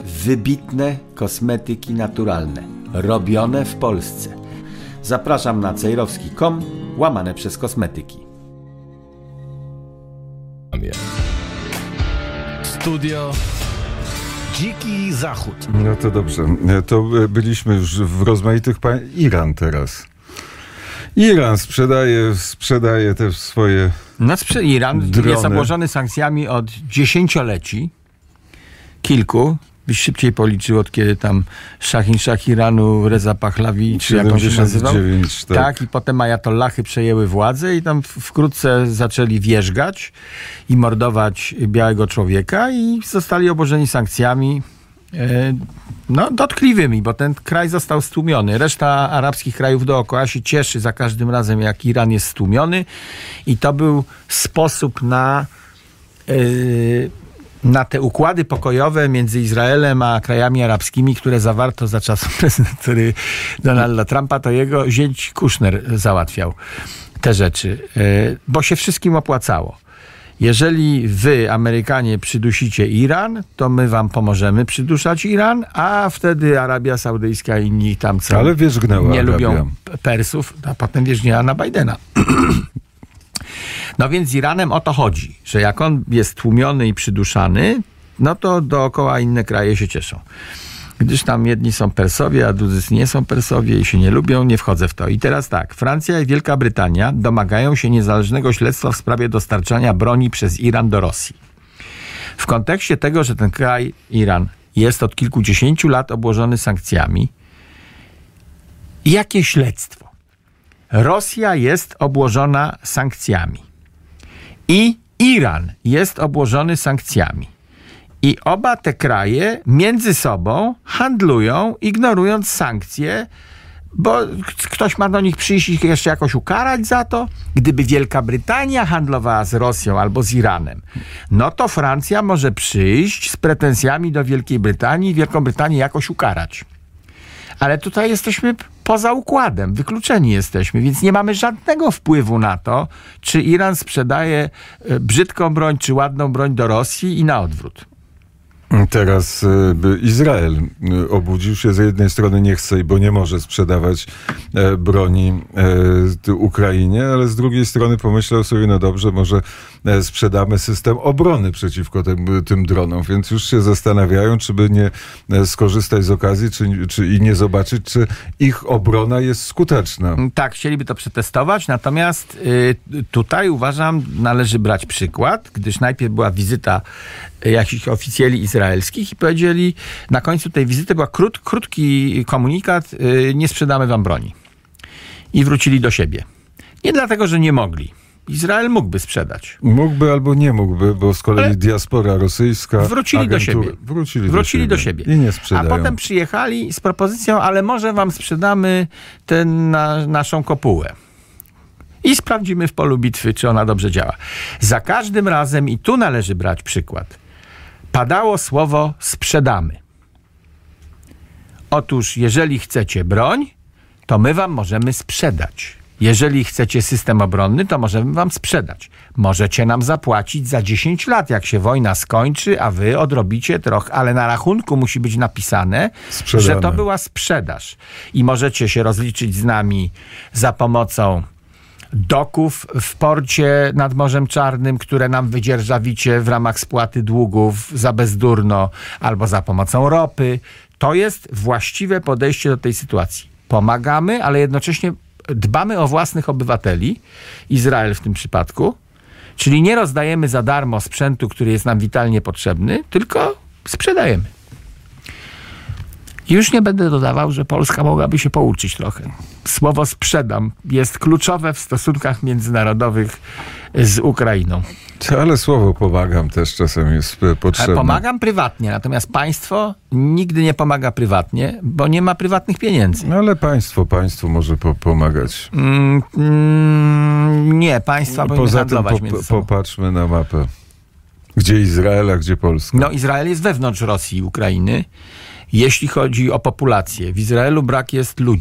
wybitne kosmetyki naturalne, robione w Polsce. Zapraszam na cejrowski.com / kosmetyki. Studio Dziki Zachód. No to dobrze. To byliśmy już w rozmaitych Iran teraz. Iran sprzedaje te swoje Iran drony. Jest obłożony sankcjami od dziesięcioleci. Kilku. Byś szybciej policzył, od kiedy tam Szach Iranu, Reza Pahlavi, czy jak on się nazywał. Tak, i potem ajatollahy przejęły władzę i tam wkrótce zaczęli wierzgać i mordować białego człowieka i zostali obłożeni sankcjami dotkliwymi, bo ten kraj został stłumiony. Reszta arabskich krajów dookoła się cieszy za każdym razem, jak Iran jest stłumiony, i to był sposób na te układy pokojowe między Izraelem a krajami arabskimi, które zawarto za czasów prezydentury Donalda Trumpa. To jego zięć Kushner załatwiał te rzeczy, bo się wszystkim opłacało. Jeżeli wy, Amerykanie, przydusicie Iran, to my wam pomożemy przyduszać Iran, a wtedy Arabia Saudyjska i inni tam, co ale wierzgnęła nie lubią Arabia. Persów, a potem wierzgnęła na Bidena. No więc z Iranem o to chodzi, że jak on jest tłumiony i przyduszany, no to dookoła inne kraje się cieszą. Gdyż tam jedni są Persowie, a drudzy nie są Persowie i się nie lubią, nie wchodzę w to. I teraz tak, Francja i Wielka Brytania domagają się niezależnego śledztwa w sprawie dostarczania broni przez Iran do Rosji. W kontekście tego, że ten kraj, Iran, jest od kilkudziesięciu lat obłożony sankcjami, jakie śledztwo? Rosja jest obłożona sankcjami i Iran jest obłożony sankcjami. I oba te kraje między sobą handlują, ignorując sankcje, bo ktoś ma do nich przyjść i jeszcze jakoś ukarać za to. Gdyby Wielka Brytania handlowała z Rosją albo z Iranem, no to Francja może przyjść z pretensjami do Wielkiej Brytanii i Wielką Brytanię jakoś ukarać. Ale tutaj jesteśmy poza układem, wykluczeni jesteśmy, więc nie mamy żadnego wpływu na to, czy Iran sprzedaje brzydką broń, czy ładną broń do Rosji i na odwrót. Teraz Izrael obudził się, z jednej strony nie chce, bo nie może sprzedawać broni Ukrainie, ale z drugiej strony pomyślał sobie, no dobrze, może sprzedamy system obrony przeciwko tym dronom, więc już się zastanawiają, czy by nie skorzystać z okazji, czy nie zobaczyć, czy ich obrona jest skuteczna. Tak, chcieliby to przetestować, natomiast tutaj uważam, należy brać przykład, gdyż najpierw była wizyta jakichś oficjeli izraelskich i powiedzieli, na końcu tej wizyty był krótki komunikat, nie sprzedamy wam broni. I wrócili do siebie. Nie dlatego, że nie mogli. Izrael mógłby sprzedać. Mógłby albo nie mógłby, bo z kolei diaspora rosyjska... Wrócili do siebie. Wrócili do siebie. I nie sprzedają. A potem przyjechali z propozycją, ale może wam sprzedamy naszą kopułę. I sprawdzimy w polu bitwy, czy ona dobrze działa. Za każdym razem, i tu należy brać przykład, padało słowo sprzedamy. Otóż, jeżeli chcecie broń, to my wam możemy sprzedać. Jeżeli chcecie system obronny, to możemy wam sprzedać. Możecie nam zapłacić za 10 lat, jak się wojna skończy, a wy odrobicie trochę, ale na rachunku musi być napisane, że to była sprzedaż. I możecie się rozliczyć z nami za pomocą doków w porcie nad Morzem Czarnym, które nam wydzierżawicie w ramach spłaty długów za bezdurno, albo za pomocą ropy. To jest właściwe podejście do tej sytuacji. Pomagamy, ale jednocześnie dbamy o własnych obywateli, Izrael w tym przypadku, czyli nie rozdajemy za darmo sprzętu, który jest nam witalnie potrzebny, tylko sprzedajemy. I już nie będę dodawał, że Polska mogłaby się pouczyć trochę. Słowo sprzedam jest kluczowe w stosunkach międzynarodowych z Ukrainą. Ale słowo pomagam też czasem jest potrzebne. Ale pomagam prywatnie, natomiast państwo nigdy nie pomaga prywatnie, bo nie ma prywatnych pieniędzy. No ale państwu może pomagać. Nie, państwa powinny handlować między sobą. Popatrzmy na mapę. Gdzie Izrael, a gdzie Polska? No, Izrael jest wewnątrz Rosji i Ukrainy. Jeśli chodzi o populację, w Izraelu brak jest ludzi.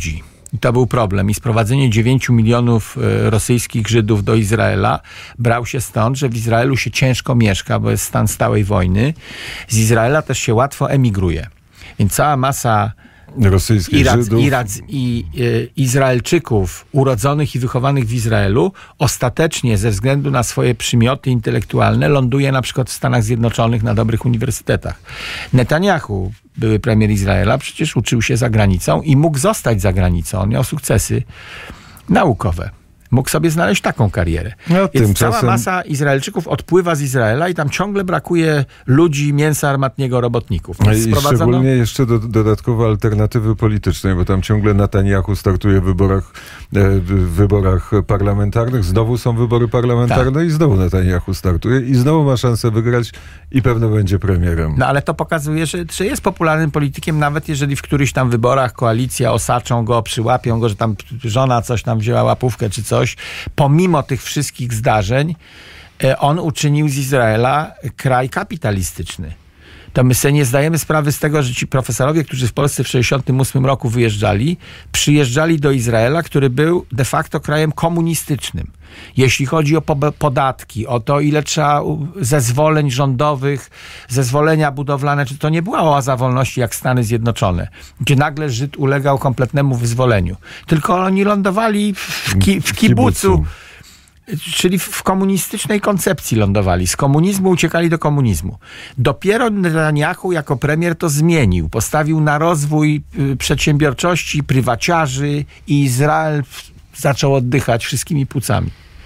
I to był problem. I sprowadzenie 9 milionów rosyjskich Żydów do Izraela brał się stąd, że w Izraelu się ciężko mieszka, bo jest stan stałej wojny. Z Izraela też się łatwo emigruje. Więc cała masa rosyjskich Żydów i Izraelczyków urodzonych i wychowanych w Izraelu ostatecznie ze względu na swoje przymioty intelektualne ląduje na przykład w Stanach Zjednoczonych na dobrych uniwersytetach. Netanyahu, były premier Izraela, przecież uczył się za granicą i mógł zostać za granicą. On miał sukcesy naukowe. Mógł sobie znaleźć taką karierę. No, więc cała masa Izraelczyków odpływa z Izraela i tam ciągle brakuje ludzi, mięsa armatniego, robotników. I szczególnie jeszcze dodatkowo alternatywy politycznej, bo tam ciągle Netanyahu startuje w wyborach parlamentarnych. Znowu są wybory parlamentarne i znowu Netanyahu startuje i znowu ma szansę wygrać i pewno będzie premierem. No ale to pokazuje, że jest popularnym politykiem, nawet jeżeli w którychś tam wyborach koalicja osaczą go, przyłapią go, że tam żona coś tam wzięła łapówkę czy coś. Pomimo tych wszystkich zdarzeń, on uczynił z Izraela kraj kapitalistyczny. To my sobie nie zdajemy sprawy z tego, że ci profesorowie, którzy w Polsce w 1968 roku wyjeżdżali, przyjeżdżali do Izraela, który był de facto krajem komunistycznym. Jeśli chodzi o podatki, o to, ile trzeba zezwoleń rządowych, zezwolenia budowlane, czy to nie była oaza wolności jak Stany Zjednoczone, gdzie nagle Żyd ulegał kompletnemu wyzwoleniu. Tylko oni lądowali w kibucu. Czyli w komunistycznej koncepcji lądowali. Z komunizmu uciekali do komunizmu. Dopiero Netanyahu jako premier to zmienił. Postawił na rozwój przedsiębiorczości, prywaciarzy i Izrael zaczął oddychać wszystkimi płucami.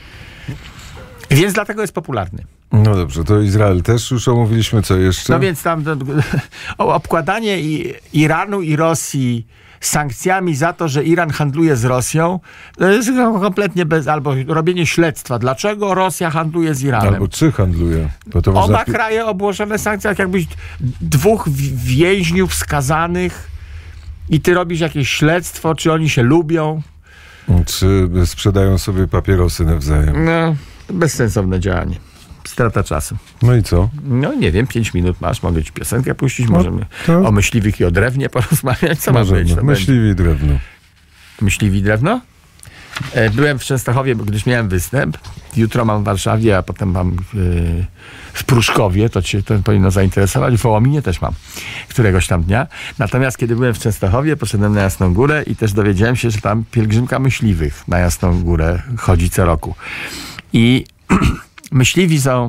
Więc dlatego jest popularny. No dobrze, to Izrael też już omówiliśmy, co jeszcze? No więc tam obkładanie Iranu i Rosji sankcjami za to, że Iran handluje z Rosją, to jest kompletnie albo robienie śledztwa. Dlaczego Rosja handluje z Iranem? Albo czy handluje? Bo to Oba kraje obłożone sankcjami, jakbyś dwóch więźniów skazanych i ty robisz jakieś śledztwo, czy oni się lubią. Czy sprzedają sobie papierosy nawzajem. No, bezsensowne działanie. Strata czasu. No i co? No nie wiem, 5 minut masz, mogę ci piosenkę puścić, możemy o myśliwych i o drewnie porozmawiać. Co ma być? Myśliwi i drewno. Myśliwi i drewno? Byłem w Częstochowie, gdyż miałem występ. Jutro mam w Warszawie, a potem mam w Pruszkowie. To powinno zainteresować. W Wołominie też mam któregoś tam dnia. Natomiast kiedy byłem w Częstochowie, poszedłem na Jasną Górę i też dowiedziałem się, że tam pielgrzymka myśliwych na Jasną Górę chodzi co roku. I myśliwi są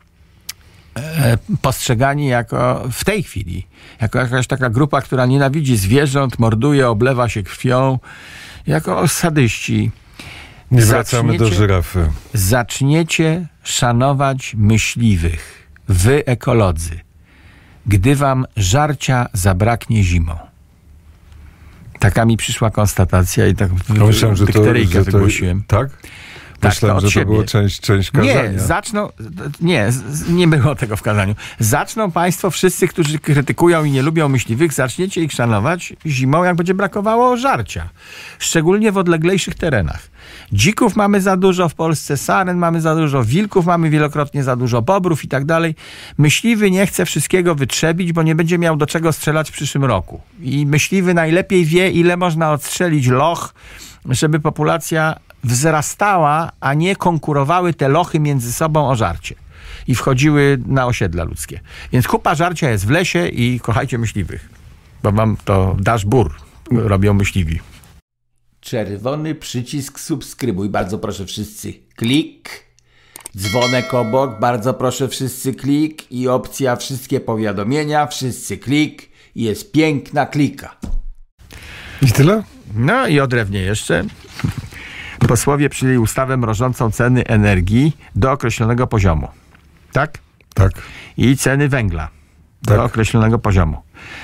postrzegani jako w tej chwili, jako jakaś taka grupa, która nienawidzi zwierząt, morduje, oblewa się krwią, jako sadyści. Nie wracamy do żyrafy. Zaczniecie szanować myśliwych, wy ekolodzy, gdy wam żarcia zabraknie zimą. Taka mi przyszła konstatacja i tak dykteryjkę wygłosiłem. Tak? Myślałem, że to było część kazania. Nie było tego w kazaniu. Zaczną państwo, wszyscy, którzy krytykują i nie lubią myśliwych, zaczniecie ich szanować zimą, jak będzie brakowało żarcia. Szczególnie w odleglejszych terenach. Dzików mamy za dużo w Polsce, saren mamy za dużo, wilków mamy wielokrotnie za dużo, bobrów i tak dalej. Myśliwy nie chce wszystkiego wytrzebić, bo nie będzie miał do czego strzelać w przyszłym roku. I myśliwy najlepiej wie, ile można odstrzelić loch, żeby populacja wzrastała, a nie konkurowały te lochy między sobą o żarcie. I wchodziły na osiedla ludzkie. Więc kupa żarcia jest w lesie i kochajcie myśliwych. Bo wam to dasz bór, robią myśliwi. Czerwony przycisk subskrybuj, bardzo proszę wszyscy klik. Dzwonek obok, bardzo proszę wszyscy klik. I opcja wszystkie powiadomienia, wszyscy klik. I jest piękna klika. I tyle? No i o drewnie jeszcze. Posłowie przyjęli ustawę mrożącą ceny energii do określonego poziomu. Tak? Tak. I ceny węgla do określonego poziomu.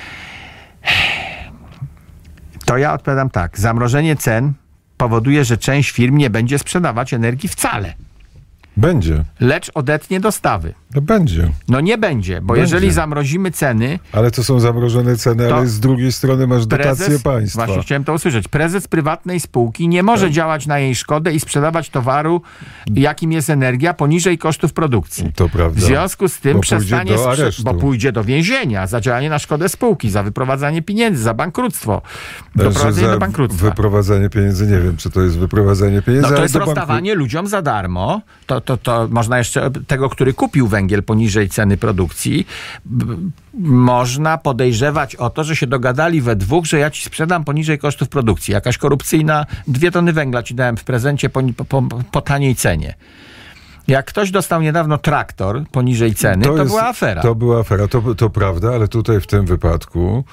To ja odpowiadam tak. Zamrożenie cen powoduje, że część firm nie będzie sprzedawać energii wcale. Będzie. Lecz odetnie dostawy. To będzie. No nie będzie, bo jeżeli zamrozimy ceny... Ale to są zamrożone ceny, ale z drugiej strony masz dotację państwa. Właśnie chciałem to usłyszeć. Prezes prywatnej spółki nie może działać na jej szkodę i sprzedawać towaru, jakim jest energia, poniżej kosztów produkcji. To prawda. W związku z tym przestanie... Bo pójdzie do więzienia za działanie na szkodę spółki, za wyprowadzanie pieniędzy, za bankructwo. Doprowadzenie do bankructwa. Wyprowadzanie pieniędzy, nie wiem, czy to jest wyprowadzanie pieniędzy. No to jest rozdawanie ludziom za darmo. To można jeszcze tego, który kupił węgiel poniżej ceny produkcji, można podejrzewać o to, że się dogadali we dwóch, że ja ci sprzedam poniżej kosztów produkcji. Jakaś korupcyjna, 2 tony węgla ci dałem w prezencie po taniej cenie. Jak ktoś dostał niedawno traktor poniżej ceny, to była afera. To była afera, to prawda, ale tutaj w tym wypadku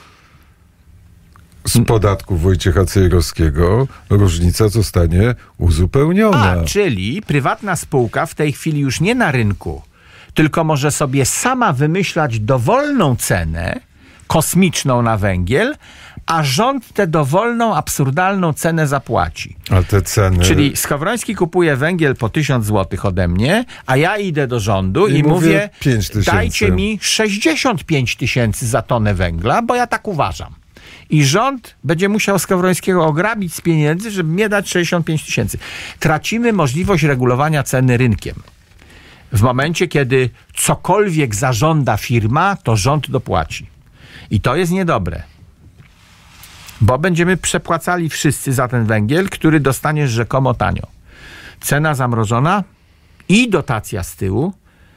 z podatków Wojciecha Cejrowskiego różnica zostanie uzupełniona. Czyli prywatna spółka w tej chwili już nie na rynku, tylko może sobie sama wymyślać dowolną cenę kosmiczną na węgiel, a rząd tę dowolną, absurdalną cenę zapłaci. A te ceny... Czyli Skowroński kupuje węgiel po 1000 zł ode mnie, a ja idę do rządu i mówię 5 000. Dajcie mi 65 000 za tonę węgla, bo ja tak uważam. I rząd będzie musiał Skowrońskiego ograbić z pieniędzy, żeby mnie dać 65 000. Tracimy możliwość regulowania ceny rynkiem. W momencie, kiedy cokolwiek zażąda firma, to rząd dopłaci. I to jest niedobre. Bo będziemy przepłacali wszyscy za ten węgiel, który dostaniesz rzekomo tanio. Cena zamrożona i dotacja z tyłu.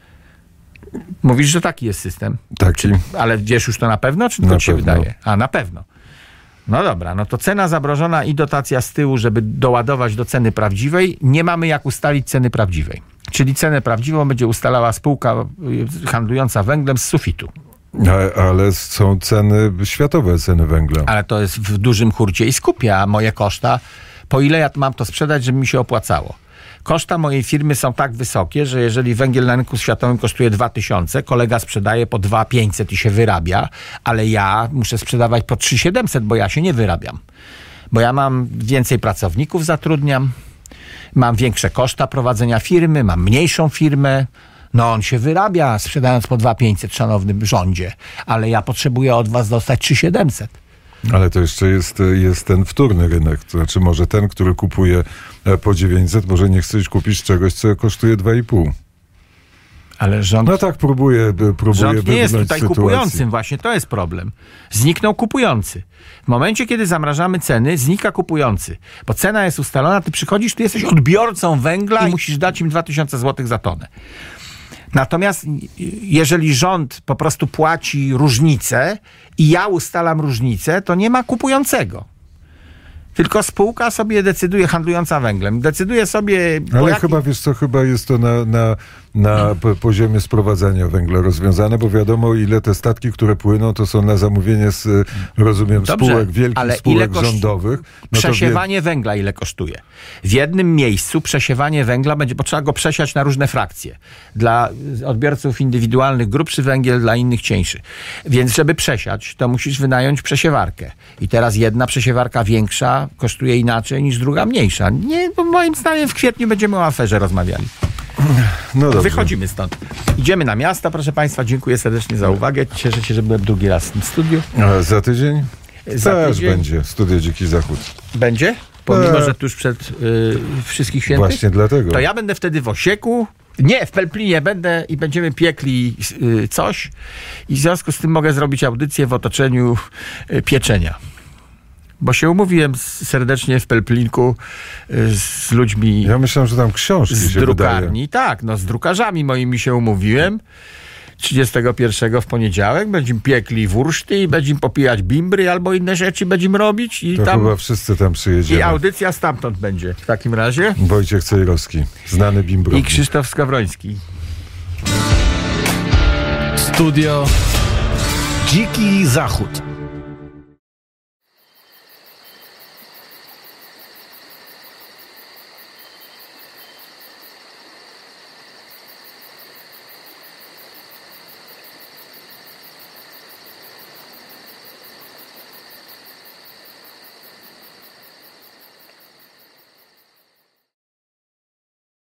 Mówisz, że taki jest system. Taki. Ale wiesz już to na pewno, czy tylko ci się wydaje? A, na pewno. No dobra, no to cena zamrożona i dotacja z tyłu, żeby doładować do ceny prawdziwej. Nie mamy jak ustalić ceny prawdziwej. Czyli cenę prawdziwą będzie ustalała spółka handlująca węglem z sufitu. Ale są światowe ceny węgla. Ale to jest w dużym hurcie i skupie, a moje koszta, po ile ja mam to sprzedać, żeby mi się opłacało. Koszta mojej firmy są tak wysokie, że jeżeli węgiel na rynku światowym kosztuje 2000, kolega sprzedaje po 2500 i się wyrabia, ale ja muszę sprzedawać po 3700, bo ja się nie wyrabiam. Bo ja mam więcej pracowników, zatrudniam, mam większe koszta prowadzenia firmy, mam mniejszą firmę. No on się wyrabia, sprzedając po 2500, szanowny rządzie, ale ja potrzebuję od was dostać 3700. Ale to jeszcze jest ten wtórny rynek, to znaczy może ten, który kupuje po 900, może nie chce kupić czegoś, co kosztuje 2,5. Ale rząd... No tak, próbuje rząd nie jest tutaj sytuacji. kupującym, właśnie to jest problem. Zniknął kupujący. W momencie, kiedy zamrażamy ceny, znika kupujący. Bo cena jest ustalona, ty przychodzisz, ty jesteś odbiorcą węgla i musisz dać im 2000 zł za tonę. Natomiast jeżeli rząd po prostu płaci różnicę i ja ustalam różnicę, to nie ma kupującego. Tylko spółka sobie decyduje, handlująca węglem, decyduje sobie... Ale chyba, wiesz co, chyba jest to na poziomie sprowadzania węgla rozwiązane, bo wiadomo, ile te statki, które płyną, to są na zamówienie rozumiem, spółek, wielkich spółek rządowych. No przesiewanie węgla ile kosztuje? W jednym miejscu przesiewanie węgla będzie, bo trzeba go przesiać na różne frakcje. Dla odbiorców indywidualnych grubszy węgiel, dla innych cieńszy. Więc żeby przesiać, to musisz wynająć przesiewarkę. I teraz jedna przesiewarka większa kosztuje inaczej niż druga mniejsza. Nie, bo moim zdaniem w kwietniu będziemy o aferze rozmawiali. No dobrze. Wychodzimy stąd. Idziemy na miasta, proszę Państwa. Dziękuję serdecznie za uwagę. Cieszę się, że byłem drugi raz w tym studiu. A za tydzień? Też będzie Studio Dziki Zachód. Będzie? Pomimo, że tuż przed Wszystkich Świętych? Właśnie dlatego. To ja będę wtedy w Osieku. Nie, w Pelplinie będę i będziemy piekli coś. I w związku z tym mogę zrobić audycję w otoczeniu pieczenia. Bo się umówiłem serdecznie w Pelplinku z ludźmi... Ja myślałem, że tam książki z się drukarni. wydaje. Tak, no z drukarzami moimi się umówiłem. 31 w poniedziałek będziemy piekli wurszty i będziemy popijać bimbry albo inne rzeczy będziemy robić. I To tam chyba wszyscy tam przyjedziemy. i audycja stamtąd będzie w takim razie. Wojciech Cejrowski, znany bimbrownik. I Krzysztof Skowroński. Studio Dziki Zachód.